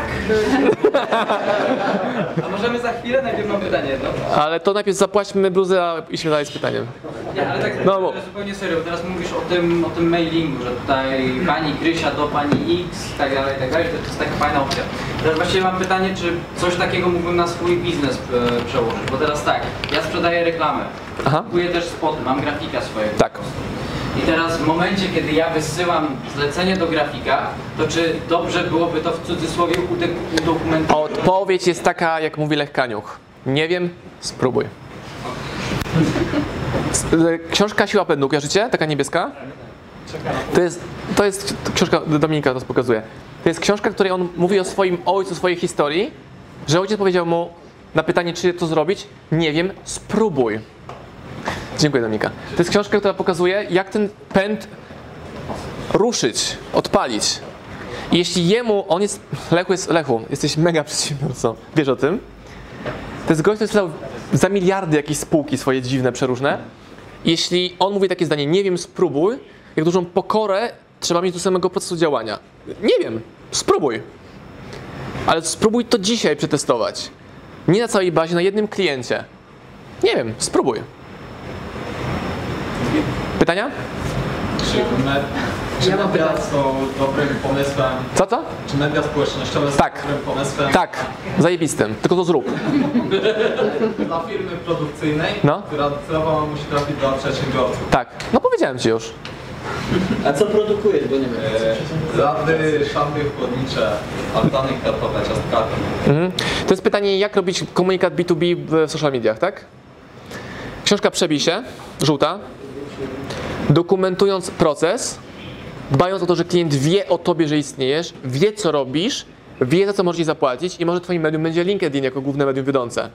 A możemy za chwilę? Najpierw mam pytanie jedno. Ale to najpierw zapłaćmy bluzę, a idźmy dalej z pytaniem. Nie, ale tak zupełnie serio, teraz mówisz o tym mailingu, że tutaj pani Krysia do pani X, tak dalej, to jest taka fajna opcja. Teraz właściwie mam pytanie, czy coś takiego mógłbym na swój biznes przełożyć, bo teraz tak, ja sprzedaję reklamę, kupuję też spoty, mam grafika swojego. Tak. I teraz w momencie, kiedy ja wysyłam zlecenie do grafika, to czy dobrze byłoby to w cudzysłowie udokumentować? Odpowiedź jest taka, jak mówi Lech Kaniuch. Nie wiem, spróbuj. Książka Siła Pędu, kojarzycie? Taka niebieska? To jest książka, Dominika to pokazuje. To jest książka, w której on mówi o swoim ojcu, swojej historii, że ojciec powiedział mu na pytanie, czy to zrobić, nie wiem, spróbuj. Dziękuję, Dominika. To jest książka, która pokazuje, jak ten pęd ruszyć, odpalić. I jeśli jemu, on jest, Lechu, jesteś mega przedsiębiorcą, wiesz o tym? To jest gość, który sprzedał za miliardy jakieś spółki swoje dziwne, przeróżne. Jeśli on mówi takie zdanie, nie wiem, spróbuj, jak dużą pokorę trzeba mieć do samego procesu działania. Nie wiem, spróbuj. Ale spróbuj to dzisiaj przetestować. Nie na całej bazie, na jednym kliencie. Nie wiem, spróbuj. Pytania? Czy media są dobrym pomysłem? Co? Czy media społecznościowe są dobrym pomysłem? Tak, zajebistym, tylko to zrób. Dla firmy produkcyjnej, No. która celowo musi trafić do przedsiębiorców. Tak, no powiedziałem ci już. A co produkujesz, bo nie wiem. Lady, szafy chłodnicze, altany kwiatowe, ciastka. To jest pytanie, jak robić komunikat B2B w social mediach, tak? Książka Przebij się, żółta. Dokumentując proces, dbając o to, że klient wie o tobie, że istniejesz, wie co robisz, wie za co możesz ci zapłacić i może twoim medium będzie LinkedIn jako główne medium wiodące.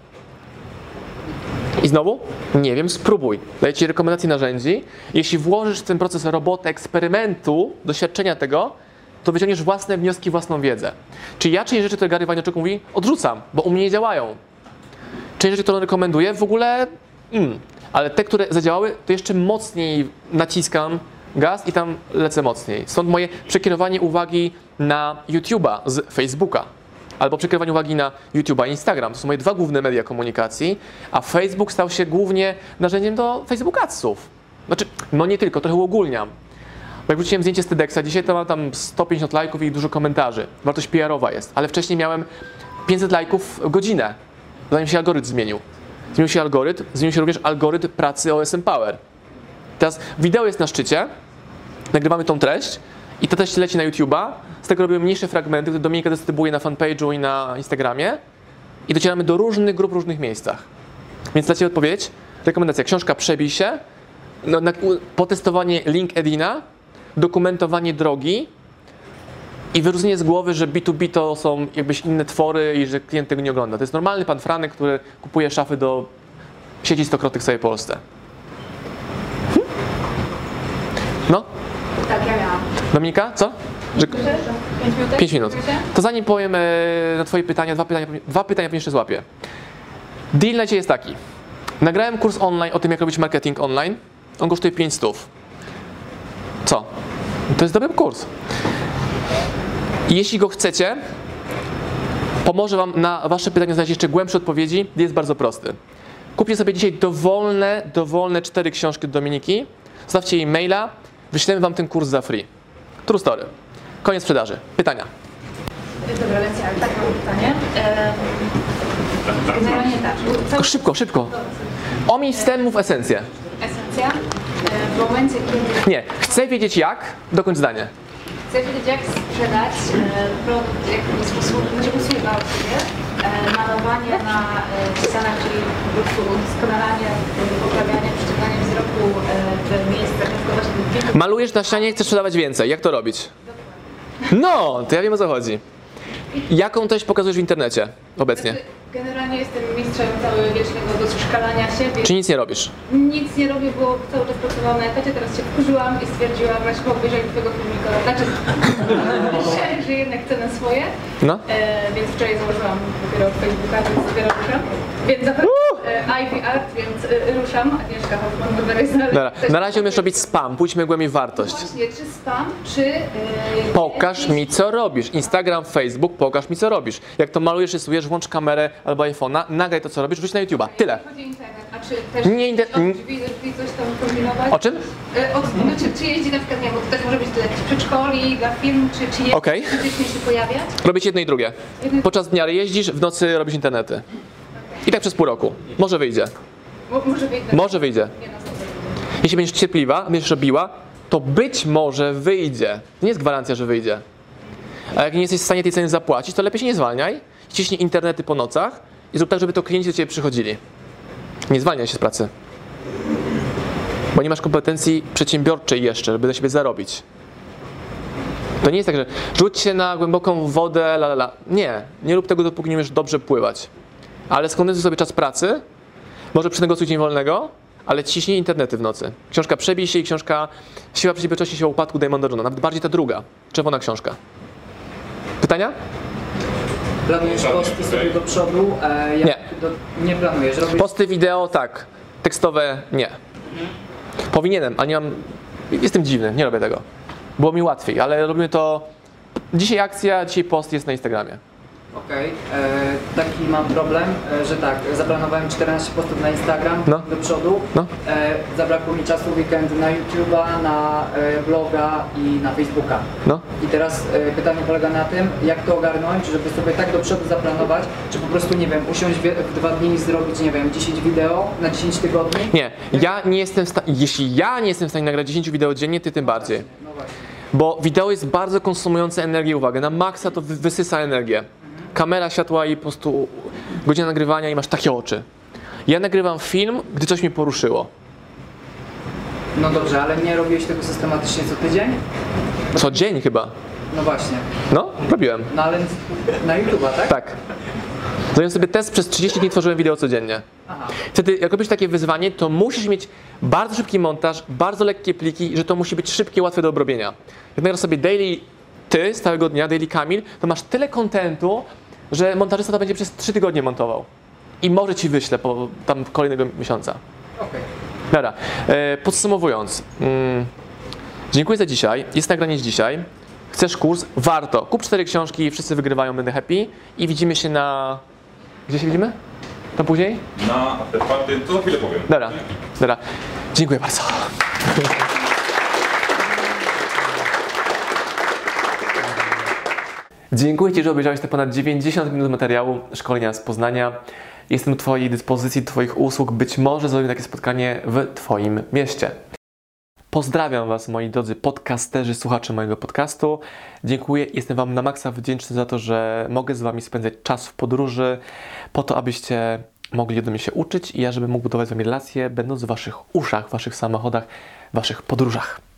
I znowu, nie wiem, spróbuj. Daję ci rekomendacje narzędzi. Jeśli włożysz w ten proces robotę, eksperymentu, doświadczenia tego, to wyciągniesz własne wnioski, własną wiedzę. Czy ja czyjeś rzeczy, które Gary Vaynerchuk mówi, odrzucam, bo u mnie nie działają. Czyjeś rzeczy, które on rekomenduje, w ogóle ale te, które zadziałały, to jeszcze mocniej naciskam gaz i tam lecę mocniej. Stąd moje przekierowanie uwagi na YouTube'a z Facebooka. Albo przekierowanie uwagi na YouTube'a i Instagram. To są moje dwa główne media komunikacji, a Facebook stał się głównie narzędziem do Facebook Adsów. Znaczy, no nie tylko, trochę uogólniam. Bo jak wróciłem zdjęcie z TEDxa, dzisiaj to mam tam 150 lajków i dużo komentarzy. Wartość PR-owa jest, ale wcześniej miałem 500 lajków w godzinę, zanim się algorytm zmienił. Zmienił się algorytm, zmienił się również algorytm pracy OSM Power. Teraz wideo jest na szczycie, nagrywamy tą treść i ta treść leci na YouTube'a, z tego robimy mniejsze fragmenty, które Dominika dystrybuuje na fanpage'u i na Instagramie i docieramy do różnych grup w różnych miejscach. Więc dla Ciebie odpowiedź, rekomendacja, książka Przebij się, potestowanie LinkedIna, dokumentowanie drogi i wyróżnienie z głowy, że B2B to są jakbyś inne twory i że klient tego nie ogląda. To jest normalny pan Franek, który kupuje szafy do sieci stokrotek w całej Polsce. No? Tak, ja miałam. Dominika, co? 5 minut? 5 minut. To zanim powiem na Twoje pytania, dwa pytania jeszcze złapię. Deal na Ciebie jest taki. Nagrałem kurs online o tym, jak robić marketing online. On kosztuje 500. Co? To jest dobry kurs. I jeśli go chcecie, pomoże Wam na Wasze pytania znaleźć jeszcze głębsze odpowiedzi. Jest bardzo prosty. Kupcie sobie dzisiaj dowolne 4 książki od Dominiki, zostawcie jej maila, wyślemy Wam ten kurs za free. True story. Koniec sprzedaży. Pytania. Dobra, lecę, ale tak mam pytanie. Generalnie tak. Szybko. Omiń wstęp, mów esencję. Esencja. W momencie, kiedy... Nie, chcę wiedzieć jak, dokończ zdanie. Chcę wiedzieć, jak sprzedać produkt, w jaki sposób, znaczy usługa od siebie, malowanie na ścianach, czyli po prostu doskonalanie, poprawianie, przyciąganie wzroku w miejscach, na przykład właśnie... Malujesz na ścianie i chcesz sprzedawać więcej. Jak to robić? No, to ja wiem, o co chodzi. Jaką treść pokazujesz w internecie obecnie? Generalnie jestem mistrzem całowiecznego doszkalania się. Czy nic nie robisz? Nic nie robię, bo cały czas pracowałam na etacie, teraz się wkurzyłam i stwierdziłam, że po obejrzeniu twojego filmika, znaczy, że jednak chcę na swoje, No. więc wczoraj założyłam dopiero Facebooka, więc dopiero ruszam. Więc zapraszam Ivy Art, więc ruszam. Agnieszka Hoffman. Dobra, na razie umiesz robić spam, pójdźmy głębiej w wartość. Właśnie, czy spam, czy... Pokaż mi, co robisz. Instagram, Facebook, pokaż mi, co robisz. Jak to malujesz, rysujesz, włącz kamerę albo iPhone'a, nagraj to, co robisz, wrzuć na YouTube'a. Tyle. Chodzi o internet. A czy też Nie drzwi coś tam kombinować? O czym? Czy jeździ na przykład, nie, bo to też może być dla jakichś przedszkoli, dla film, czy jeździ Okej. fizycznie się pojawiać? Robić jedno i drugie. Podczas dnia jeździsz, w nocy robisz internety. I tak przez pół roku. Może wyjdzie. Może wyjść. Może wyjdzie. Jeśli będziesz cierpliwa, będziesz robiła, to być może wyjdzie. Nie jest gwarancja, że wyjdzie. A jak nie jesteś w stanie tej ceny zapłacić, to lepiej się nie zwalniaj. Ciśnij internety po nocach i zrób tak, żeby to klienci do ciebie przychodzili. Nie zwalniaj się z pracy. Bo nie masz kompetencji przedsiębiorczej jeszcze, żeby na siebie zarobić. To nie jest tak, że rzuć się na głęboką wodę, Nie rób tego, dopóki nie umiesz dobrze pływać. Ale skondensuj sobie czas pracy, może przynegocjuj dzień wolnego, ale ciśnij internety w nocy. Książka Przebij się i książka Siła przedsiębiorczości, siła upadku Diamonda Johna. Nawet bardziej ta druga, czerwona książka. Pytania? Planujesz posty sobie do przodu? Nie. Nie planujesz? Robisz... Posty wideo tak, tekstowe nie. Powinienem, a nie mam... Jestem dziwny, nie robię tego. Było mi łatwiej, ale robimy to... Dzisiaj akcja, dzisiaj post jest na Instagramie. Okej, taki mam problem, że tak, zaplanowałem 14 postów na Instagram do przodu, zabrakło mi czasu weekend na YouTube'a, na bloga i na Facebooka. I teraz pytanie polega na tym, jak to ogarnąć, żeby sobie tak do przodu zaplanować, czy po prostu, nie wiem, usiąść w 2 dni i zrobić, nie wiem, 10 wideo na 10 tygodni? Nie, ja nie jestem w stanie, jeśli ja nie jestem w stanie nagrać 10 wideo dziennie, ty tym bardziej. No właśnie. Bo wideo jest bardzo konsumujące energię i uwagę, na maksa to wysysa energię. Kamera, światła i po prostu godzina nagrywania i masz takie oczy. Ja nagrywam film, gdy coś mnie poruszyło. No dobrze, ale nie robiłeś tego systematycznie co tydzień? Co dzień chyba. No właśnie. No, robiłem. No ale na YouTube'a, tak? Tak. Zrobiłem sobie test, przez 30 dni tworzyłem wideo codziennie. Aha. Wtedy, jak robisz takie wyzwanie, to musisz mieć bardzo szybki montaż, bardzo lekkie pliki, że to musi być szybkie, łatwe do obrobienia. Jak nagrasz sobie daily ty z całego dnia, daily Kamil, to masz tyle kontentu, że montażysta to będzie przez 3 tygodnie montował. I może ci wyślę po tam kolejnego miesiąca. Okej. Dobra, podsumowując. Dziękuję za dzisiaj. Jest nagranie z dzisiaj. Chcesz kurs? Warto. Kup 4 książki, wszyscy wygrywają, będę happy. I widzimy się na... Gdzie się widzimy? To później? Na afterparty, to za chwilę powiem. Dobra. Dziękuję bardzo. Dziękuję Ci, że obejrzałeś te ponad 90 minut materiału szkolenia z Poznania. Jestem do Twojej dyspozycji, do Twoich usług. Być może zrobimy takie spotkanie w Twoim mieście. Pozdrawiam Was, moi drodzy podcasterzy, słuchacze mojego podcastu. Dziękuję, jestem Wam na maksa wdzięczny za to, że mogę z Wami spędzać czas w podróży, po to, abyście mogli ode mnie się uczyć i ja, żebym mógł budować z Wami relacje, będąc w Waszych uszach, w Waszych samochodach, w Waszych podróżach.